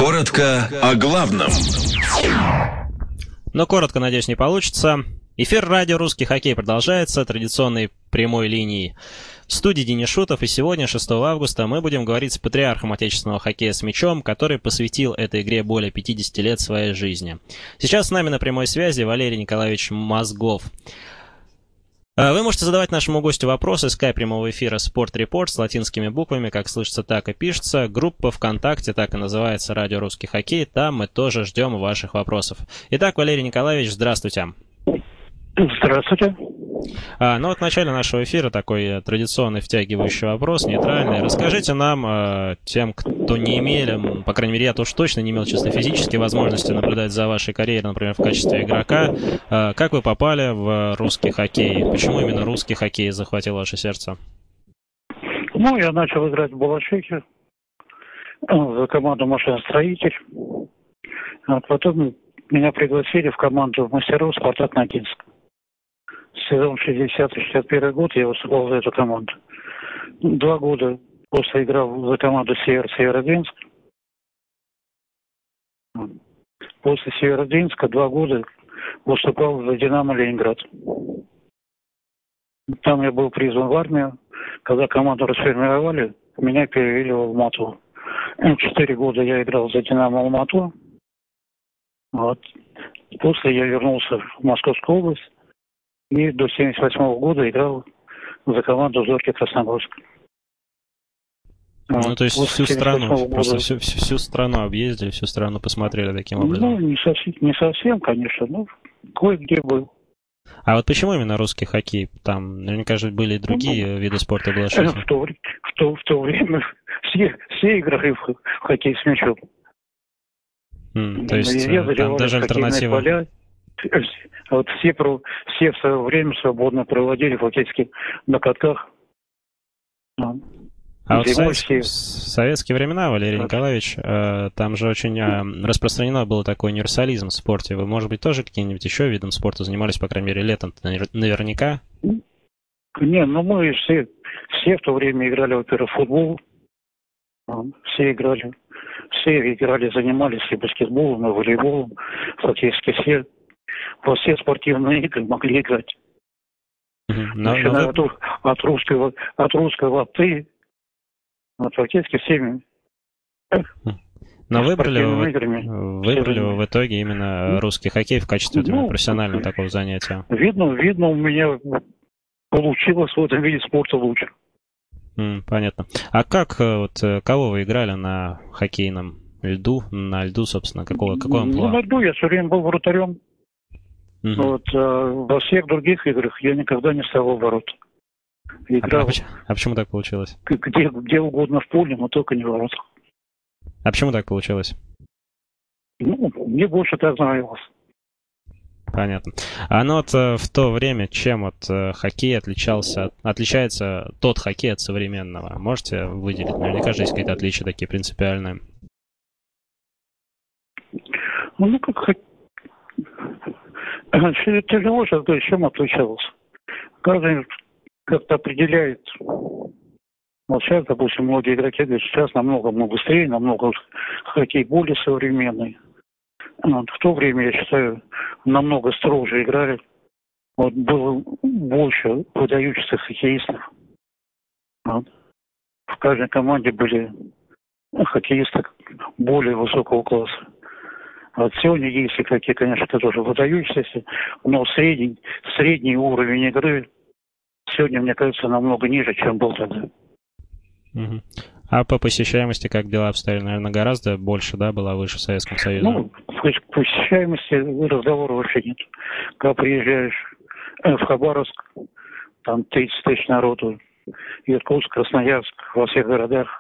Коротко о главном. Но коротко, надеюсь, не получится. Эфир радио «Русский хоккей» продолжается традиционной прямой линией. В студии Денис Шутов, и сегодня, 6 августа, мы будем говорить с патриархом отечественного хоккея с мячом, который посвятил этой игре более 50 лет своей жизни. Сейчас с нами на прямой связи Валерий Николаевич Мозгов. Вы можете задавать нашему гостю вопросы. Скайп прямого эфира Sport Report с латинскими буквами, как слышится, так и пишется. Группа ВКонтакте так и называется «Радио Русский хоккей». Там мы тоже ждем ваших вопросов. Итак, Валерий Николаевич, здравствуйте. Здравствуйте. Ну вот в начале нашего эфира такой традиционный втягивающий вопрос, нейтральный. Расскажите нам, тем, кто не имели, по крайней мере, я уж точно не имел чисто физической возможности наблюдать за вашей карьерой, например, в качестве игрока, как вы попали в русский хоккей? Почему именно русский хоккей захватил ваше сердце? Ну, я начал играть в Балашихе за команду «Машиностроитель». А потом меня пригласили в команду мастеров «Спартак» Ногинск. Сезон 60-61 год я выступал за эту команду. 2 года после играл за команду Северодвинск. После Северодвинска 2 года выступал за «Динамо» Ленинград. Там я был призван в армию. Когда команду расформировали, меня перевели в Алмату. 4 года я играл за «Динамо» Алмату. Вот. После я вернулся в Московскую область. И до 1978 года играл за команду «Зорьки» Красногорск. Ну, то есть всю страну, просто всю страну объездили, всю страну посмотрели таким образом? Ну, не совсем, конечно, но кое-где был. А вот почему именно русский хоккей? Там, наверняка же были и другие виды спорта в Балашихе. В то время все играли в хоккей с мячом. То есть там даже альтернатива... А вот все в свое время свободно проводили фактически на катках. А вот в советские времена, Валерий Николаевич, там же очень распространено было такой универсализм в спорте. Вы, может быть, тоже каким-нибудь еще видом спорта занимались, по крайней мере, летом наверняка? Не, ну мы все в то время играли, во-первых, в футбол. Все играли, занимались и баскетболом, и волейболом. Фактически все во все спортивные игры могли играть. Начиная от русской лапты, фактически всеми. Но выбрали в итоге именно русский хоккей в качестве профессионального такого занятия? Видно, у меня получилось в этом виде спорта лучше. Понятно. А как, кого вы играли на хоккейном льду? На льду, собственно, какой амплуа? На льду я все время был вратарем. Во всех других играх я никогда не ставил ворот. Играл а почему так получилось? Где угодно в поле, но только не в воротах. А почему так получилось? Мне больше так нравилось. Понятно. А в то время чем хоккей отличается тот хоккей от современного? Можете выделить? Наверняка же есть какие-то отличия такие принципиальные. Тяжело сказать, чем отличался. Каждый как-то определяет. Вот сейчас, допустим, многие игроки говорят, сейчас намного быстрее, намного хоккей более современный. В то время, я считаю, намного строже играли. Было больше выдающихся хоккеистов. В каждой команде были хоккеисты более высокого класса. Сегодня есть игроки, конечно, тоже выдающиеся, но средний уровень игры сегодня, мне кажется, намного ниже, чем был тогда. А по посещаемости как дела обстояли? Наверное, гораздо больше, да, была выше в Советском Союзе? В посещаемости разговора вообще нет. Когда приезжаешь в Хабаровск, там 30 тысяч народу, Иркутск, Красноярск, во всех городах.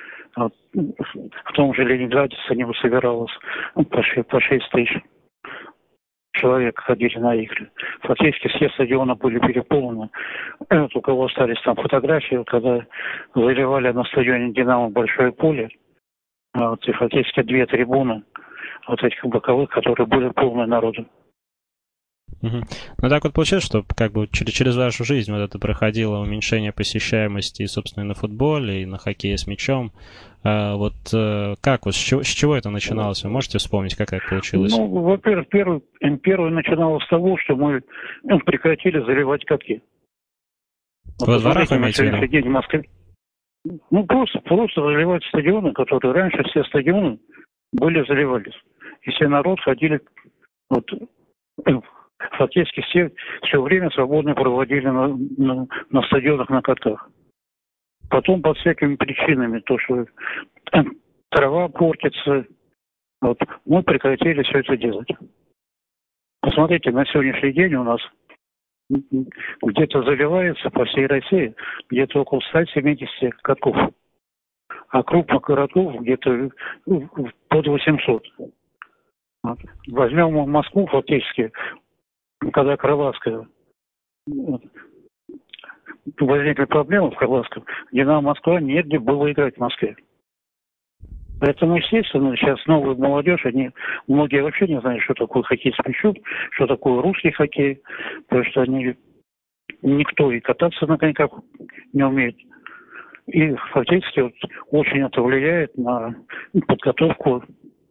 В том же Ленинграде с ним собиралось по 6 тысяч человек ходили на игры. Фактически все стадионы были переполнены. У кого остались там фотографии, когда заливали на стадионе «Динамо» большое поле, и фактически 2 трибуны этих боковых, которые были полны народу. Мгм. Ну так вот получается, что как бы через вашу жизнь вот это проходило уменьшение посещаемости и, собственно, и на футболе, и на хоккее с мячом. Как вот, с чего это начиналось? Вы можете вспомнить, как так получилось? Ну, во-первых, первое начиналось с того, что мы прекратили заливать катки. Вот Во дворах посмотрите, вы на имеете в сегодняшний виду? день в Москве. Ну, просто заливать стадионы, которые раньше все стадионы заливались. И все народ ходили, вот, фактически все время свободно проводили на стадионах, на катках. Потом под всякими причинами, то, что трава портится, вот, мы прекратили все это делать. Посмотрите, на сегодняшний день у нас где-то заливается по всей России где-то около 170 катков. А крупных городов где-то под 800. Вот. Возьмем Москву фактически, когда Крылатская, вот, возникли проблемы в Крылатском, «Динамо Москва» негде было играть в Москве. Поэтому, естественно, сейчас новая молодежь, многие вообще не знают, что такое хоккей с мячом, что такое русский хоккей, потому что никто и кататься на коньках не умеет. И фактически вот, очень это влияет на подготовку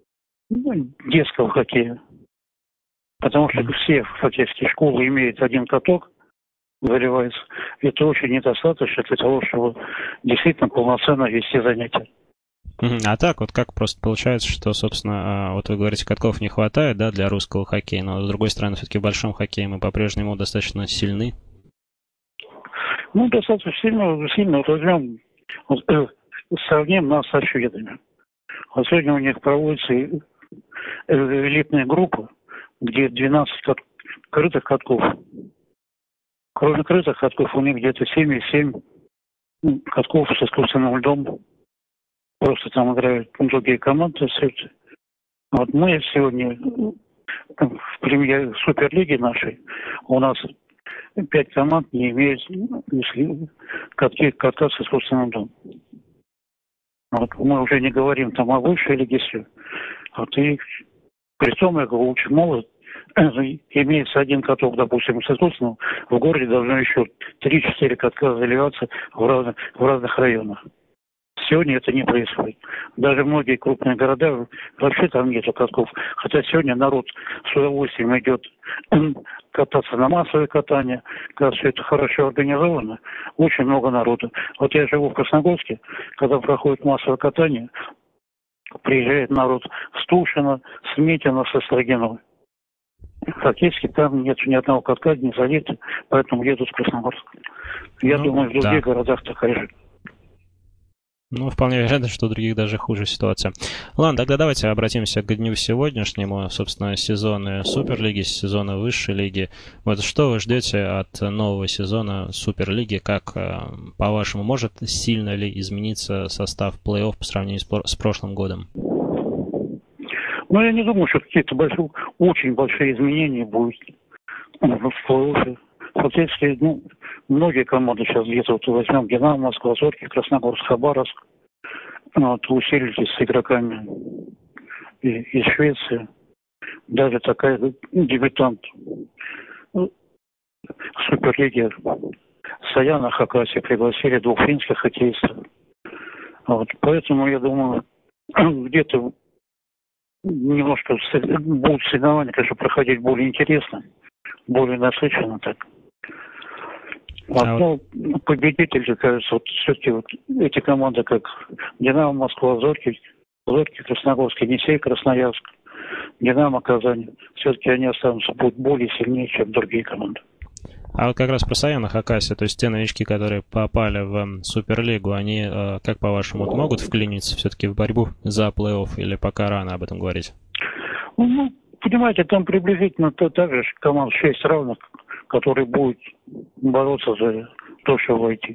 детского хоккея. Потому что все фактически школы имеют один каток, заливается. Это очень недостаточно для того, чтобы действительно полноценно вести занятия. А так вот как просто получается, что, собственно, вот вы говорите, катков не хватает, да, для русского хоккея, но с другой стороны, все-таки в большом хоккее мы по-прежнему достаточно сильны. Ну, достаточно сильно. Вот возьмем, сравним нас со шведами. Вот сегодня у них проводится элитная группа, где 12 крытых катков. Кроме крытых катков у них где-то 7,7 катков с искусственным льдом. Просто там играют другие команды. Вот мы сегодня в Суперлиге нашей у нас 5 команд не имеют катка с искусственным льдом. Вот мы уже не говорим там о высшей лиге. Вот и при том, я говорю, очень мало. Имеется один каток, допустим, с искусственным, в городе должно еще 3-4 катка заливаться в разных районах. Сегодня это не происходит. Даже многие крупные города, вообще там нету катков. Хотя сегодня народ с удовольствием идет кататься на массовое катание. Когда все это хорошо организовано, очень много народу. Вот я живу в Красногорске, когда проходит массовое катание, приезжает народ с Тушино, с Митина, со Строгинова. Фактически там нет ни одного катка, не залито, поэтому едут в Красногорск. Я думаю, в других городах такая же. Ну, вполне вероятно, что у других даже хуже ситуация. Ладно, тогда давайте обратимся к дню сегодняшнему, собственно, сезоны Суперлиги, сезона Высшей лиги. Вот что вы ждете от нового сезона Суперлиги? Как, по-вашему, может сильно ли измениться состав плей-офф по сравнению с прошлым годом? Ну, я не думаю, что какие-то очень большие изменения будут в плей-оффе. Фактически, многие команды сейчас где-то вот возьмем «Динамо», Москва, «Зоркий», Красногорск, Хабаровск, вот, усилились с игроками из Швеции. Даже такая дебютант в Суперлиге Саяна Хакаси пригласили 2 финских хоккеистов. Вот, поэтому, я думаю, где-то немножко будут соревнования, конечно, проходить более интересно, более насыщенно так. Победитель, кажется, вот все-таки вот эти команды, как «Динамо», Москва, «Зоркий», Красногорск, «Енисей», Красноярск, «Динамо», Казань, все-таки они останутся, будут более сильнее, чем другие команды. А вот как раз про Саяна Хакаси, то есть те новички, которые попали в Суперлигу, они, как по-вашему, могут вклиниться все-таки в борьбу за плей-офф или пока рано об этом говорить? Ну, понимаете, там приблизительно так же команд 6 равных, которые будут бороться за то, чтобы войти.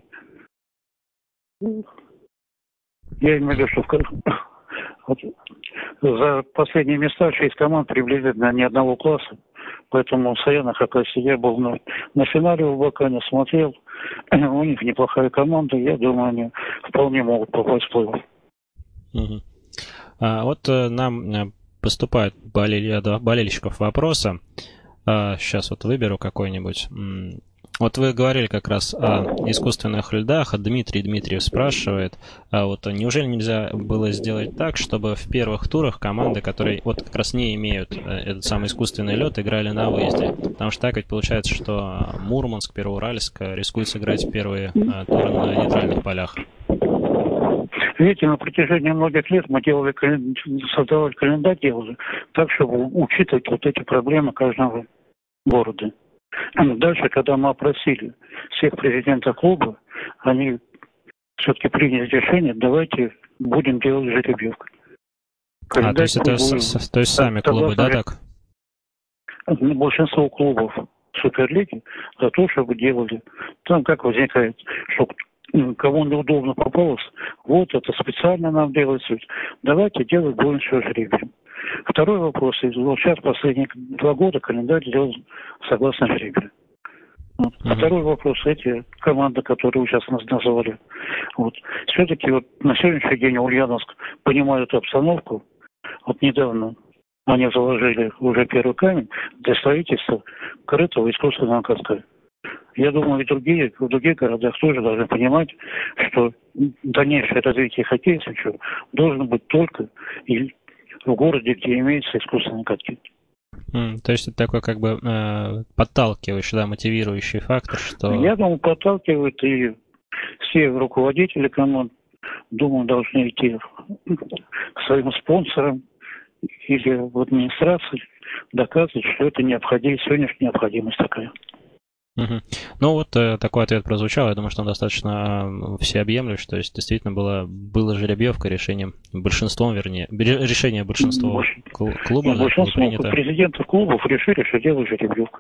Я имею в виду, что вот, за последние места 6 команд приблизительно ни одного класса. Поэтому Саяна Хакаси, я был на финале в Бакане, смотрел. У них неплохая команда. Я думаю, они вполне могут попасть в плей-офф. Вот нам поступают болельщиков вопросы. Сейчас вот выберу какой-нибудь. Вот вы говорили как раз о искусственных льдах, а Дмитрий Дмитриев спрашивает, а вот неужели нельзя было сделать так, чтобы в первых турах команды, которые вот как раз не имеют этот самый искусственный лед, играли на выезде? Потому что так ведь получается, что Мурманск, Первоуральск рискует сыграть первые туры на нейтральных полях. Видите, на протяжении многих лет мы создавали календарь, делали так, чтобы учитывать вот эти проблемы каждого города. Дальше, когда мы опросили всех президентов клуба, они все-таки приняли решение, давайте будем делать жеребьевку. То есть это сами клубы, да, так? Большинство клубов Суперлиги за то, чтобы делали. Там как возникает, что кому неудобно попалось, вот это специально нам делается. Давайте делать будем все жребием. Второй вопрос. Вот сейчас последние 2 года календарь делал согласно жребию. Второй вопрос. Эти команды, которые вы сейчас нас назвали. Вот. Все-таки вот на сегодняшний день Ульяновск понимает эту обстановку. Вот недавно они заложили уже первый камень для строительства крытого искусственного катка. Я думаю, и в других городах тоже должны понимать, что дальнейшее развитие хоккея должно быть только в городе, где имеются искусственные катки. То есть это такой как бы подталкивающий, да, мотивирующий фактор, что... Я думаю, подталкивает, и все руководители команд, думаю, должны идти к своим спонсорам или в администрации, доказывать, что это сегодняшняя необходимость такая. Ну вот такой ответ прозвучал. Я думаю, что он достаточно всеобъемлющий. То есть действительно была жеребьевка решение большинства клубов. Большинство президентов клубов решили, что делают жеребьевку.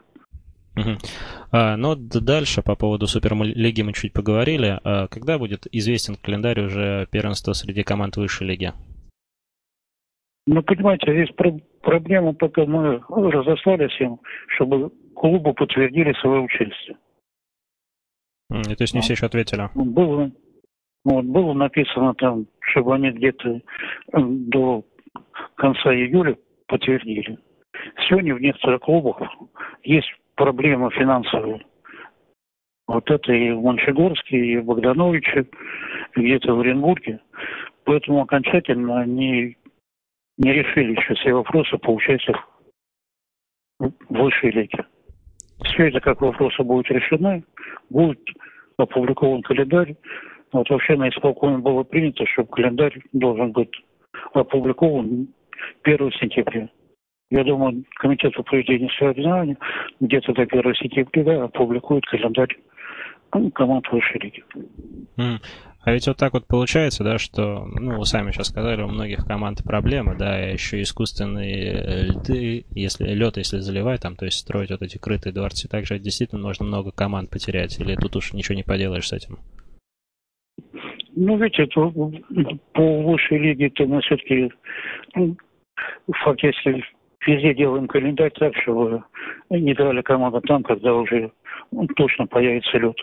Но дальше по поводу Суперлиги мы чуть поговорили. Когда будет известен календарь уже первенства среди команд высшей лиги? Ну, понимаете, здесь проблема, пока мы разослали всем, чтобы клубы подтвердили свое участие. То есть не все еще ответили? Было написано там, чтобы они где-то до конца июля подтвердили. Сегодня в некоторых клубах есть проблемы финансовые. Вот это и в Мончегорске, и в Богдановиче, и где-то в Оренбурге. Поэтому окончательно они не решили еще все вопросы по участию в высшей лиге. Все это как вопросы будут решены, будет опубликован календарь. Вот вообще на исполкоме было принято, что календарь должен быть опубликован 1 сентября. Я думаю, комитет по проведению соревнований где-то до 1 сентября опубликует календарь команд высшей лиги. А ведь вот так вот получается, да, что, вы сами сейчас сказали, у многих команд проблемы, да, и еще искусственные льды, если заливать там, то есть строить вот эти крытые дворцы, также действительно можно много команд потерять, или тут уж ничего не поделаешь с этим? Ну, видите, по высшей лиге-то мы все-таки фактически везде делаем календарь так, чтобы не давали команду там, когда уже точно появится лед.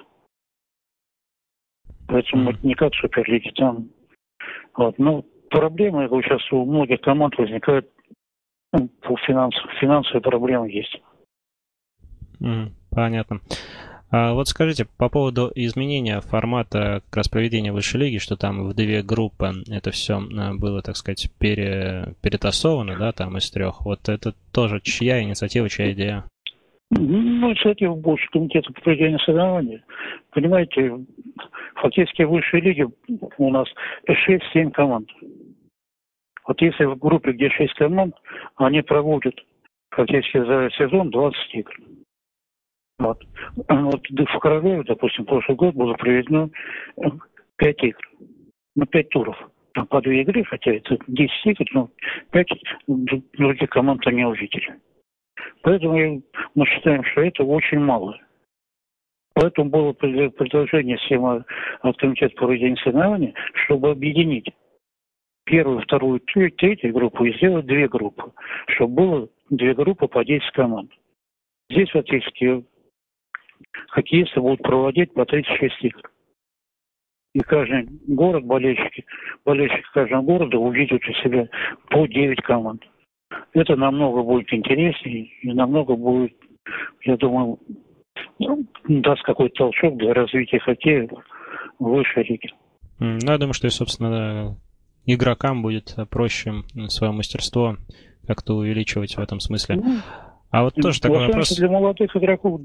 Поэтому не как в Суперлиге там. Вот. Но проблемы сейчас у многих команд возникают по финансовые проблемы есть. Понятно. А вот скажите, по поводу изменения формата как раз проведения высшей лиги, что там в 2 группы это все было, так сказать, перетасовано, да, там из 3. Вот это тоже чья инициатива, чья идея? Ну, инициатива больше комитета по проведению соревнований. Понимаете, фактически в высшей лиге у нас 6-7 команд. Вот если в группе, где 6 команд, они проводят фактически за сезон 20 игр. Вот в Королеве, допустим, прошлый год было проведено 5 игр. 5 туров. Там по 2 игры, хотя это 10 игр, но 5 других команд они увидели. Поэтому мы считаем, что это очень мало. Поэтому было предложение всем от комитета по проведению соревнований, чтобы объединить 1, 2, 3 группу и сделать 2 группы, чтобы было 2 группы по 10 команд. Здесь фактически хоккеисты будут проводить по 36 игр. И каждый город, болельщики каждого города увидят у себя по 9 команд. Это намного будет интереснее и намного будет я думаю, даст какой-то толчок для развития хоккея в высшей лиге. Ну, я думаю, что, собственно, игрокам будет проще свое мастерство как-то увеличивать в этом смысле. А вот тоже такой вопрос. Для молодых игроков,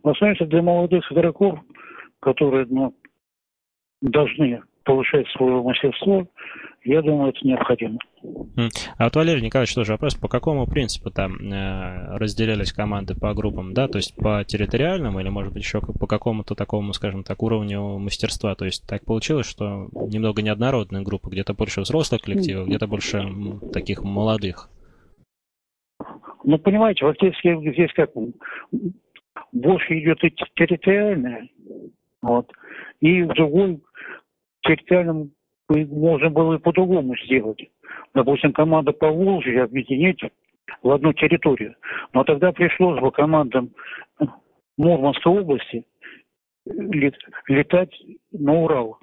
которые должны повышать свое мастерство, я думаю, это необходимо. А вот, Валерий Николаевич, тоже вопрос, по какому принципу там разделялись команды по группам, да, то есть по территориальному или, может быть, еще по какому-то такому, скажем так, уровню мастерства, то есть так получилось, что немного неоднородная группа, где-то больше взрослых коллективов, где-то больше таких молодых? Ну, понимаете, фактически здесь как больше идет и территориальное, вот, и в другой территориальном можно было и по-другому сделать. Допустим, команда Поволжья объединить в одну территорию. Но тогда пришлось бы командам Мурманской области летать на Урал.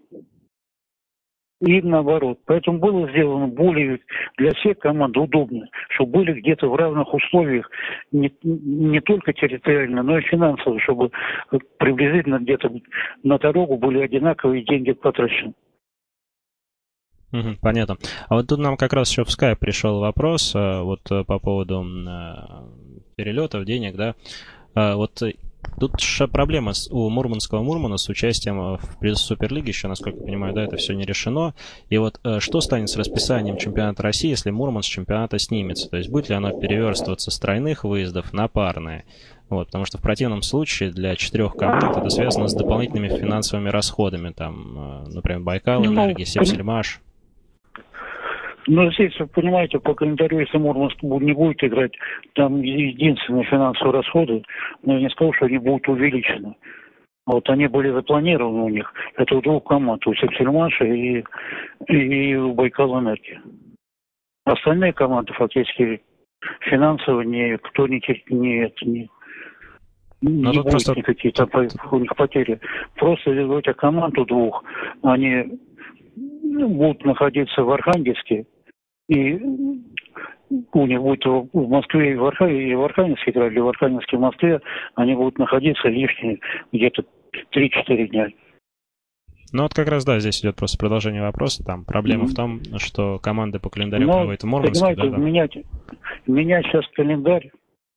И наоборот. Поэтому было сделано более для всех команд удобно, чтобы были где-то в равных условиях не только территориально, но и финансово, чтобы приблизительно где-то на дорогу были одинаковые деньги потрачены. Понятно. А вот тут нам как раз еще в Skype пришел вопрос вот по поводу перелетов, денег, да. Вот тут проблема у Мурманского Мурмана с участием в Суперлиге еще, насколько я понимаю, да, это все не решено. И вот что станет с расписанием чемпионата России, если Мурман с чемпионата снимется? То есть будет ли оно переверстываться с тройных выездов на парные? Вот, потому что в противном случае для 4 команд это связано с дополнительными финансовыми расходами. Там, например, Байкал, Энергия, Севсельмаш. Но здесь, вы понимаете, по календарю, если Мурманск не будет играть, там единственные финансовые расходы, но я не скажу, что они будут увеличены. Вот они были запланированы у них. Это у двух команд, у Севсельмаша и у Байкал Энергии. Остальные команды фактически финансово никто не будет просто никакие там у них потери. Просто у этих команд у двух, они будут находиться в Архангельске, и у них будет в Москве и в Архангельске играли, в Архангельске и в Москве они будут находиться лишние где-то 3-4 дня. Ну вот как раз, да, здесь идет просто продолжение вопроса. Там проблема в том, что команды по календарю проводят в Мурманске. Понимаете, менять сейчас календарь,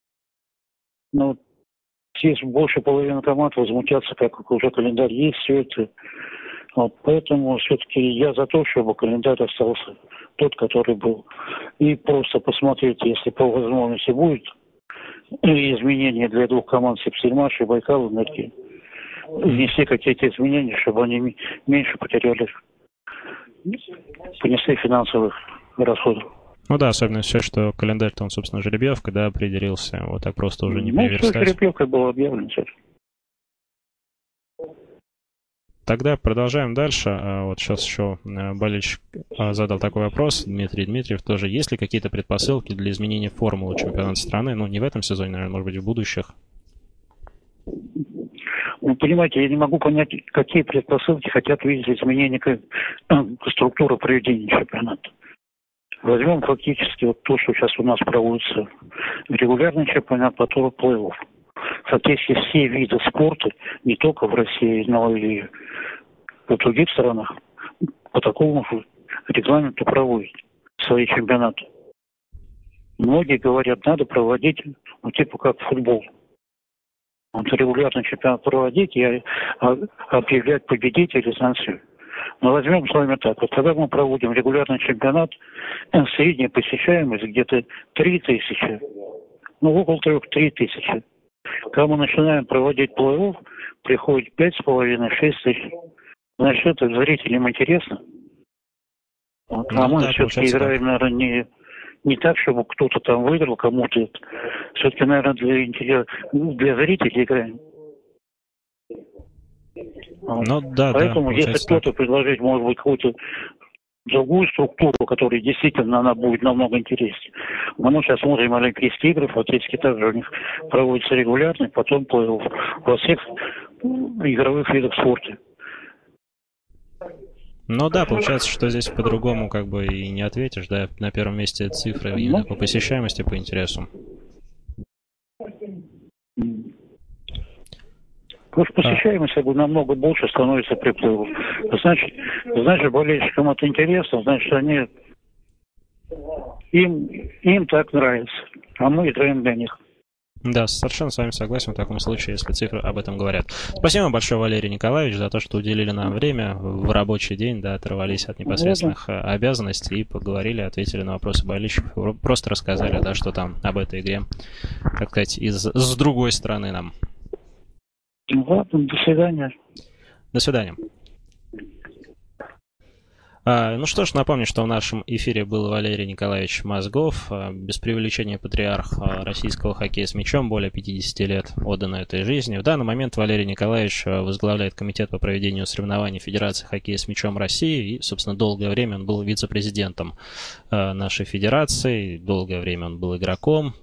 здесь больше половины команд возмутятся, как уже календарь есть, все это. Вот, поэтому все-таки я за то, чтобы календарь остался тот, который был. И просто посмотреть, если по возможности будет изменения для двух команд Севсельмаш и Байкал Энергии. Внести какие-то изменения, чтобы они меньше потеряли, понесли финансовых расходов. Ну да, особенно все, что календарь-то он, собственно, жеребьевка, да, определился. Вот так просто уже не переверстать. Ну, жеребьевкой был объявлен. Тогда продолжаем дальше. Вот сейчас еще болельщик задал такой вопрос, Дмитрий Дмитриев тоже. Есть ли какие-то предпосылки для изменения формулы чемпионата страны? Ну, не в этом сезоне, наверное, может быть, в будущих. Вы понимаете, я не могу понять, какие предпосылки хотят видеть изменения структуры проведения чемпионата. Возьмем фактически вот то, что сейчас у нас проводится регулярный чемпионат, потом плей-офф. Фактически все виды спорта, не только в России, но и в других странах, по такому же регламенту проводят свои чемпионаты. Многие говорят, надо проводить, типа как футбол. Вот регулярный чемпионат проводить и объявлять победителей на все. Но возьмем с вами так. Вот когда мы проводим регулярный чемпионат, средняя посещаемость где-то 3000, около 3000. Когда мы начинаем проводить плей-офф, приходит 5,5-6 тысяч. Значит, это зрителям интересно. Вот. А мы все-таки играем, наверное, не так, чтобы кто-то там выиграл, кому-то это. Все-таки, наверное, для зрителей играем. Ну, да, поэтому, если кто-то предложить, может быть, какую-то другую структуру, которая действительно она будет намного интереснее. Мы сейчас смотрим Олимпийские игры, фактически также у них проводится регулярный, потом плей-офф во всех игровых видах спорта. Ну да, получается, что здесь по-другому как бы и не ответишь, да, на первом месте цифры именно по посещаемости, по интересу. Потому что посещаемость намного больше становится приплывов. Значит, болельщикам это интересно, значит, им так нравится, а мы играем для них. Да, совершенно с вами согласен в таком случае, если цифры об этом говорят. Спасибо большое, Валерий Николаевич, за то, что уделили нам время в рабочий день, да, оторвались от непосредственных обязанностей и поговорили, ответили на вопросы болельщиков, просто рассказали, да, что там об этой игре, так сказать, с другой стороны нам. Ладно, до свидания. До свидания. Ну что ж, напомню, что в нашем эфире был Валерий Николаевич Мозгов, без преувеличения патриарх российского хоккея с мячом, более 50 лет отдано этой жизни. В данный момент Валерий Николаевич возглавляет комитет по проведению соревнований Федерации хоккея с мячом России, и, собственно, долгое время он был вице-президентом нашей федерации, долгое время он был игроком,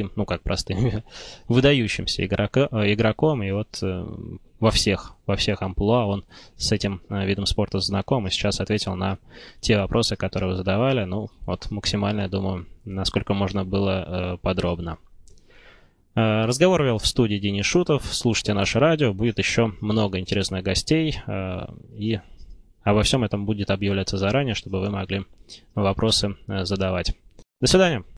выдающимся игроком, и вот во всех амплуа он с этим видом спорта знаком и сейчас ответил на те вопросы, которые вы задавали, максимально, я думаю, насколько можно было подробно. Разговор вел в студии Денис Шутов. Слушайте наше радио, будет еще много интересных гостей, и обо всем этом будет объявляться заранее, чтобы вы могли вопросы задавать. До свидания.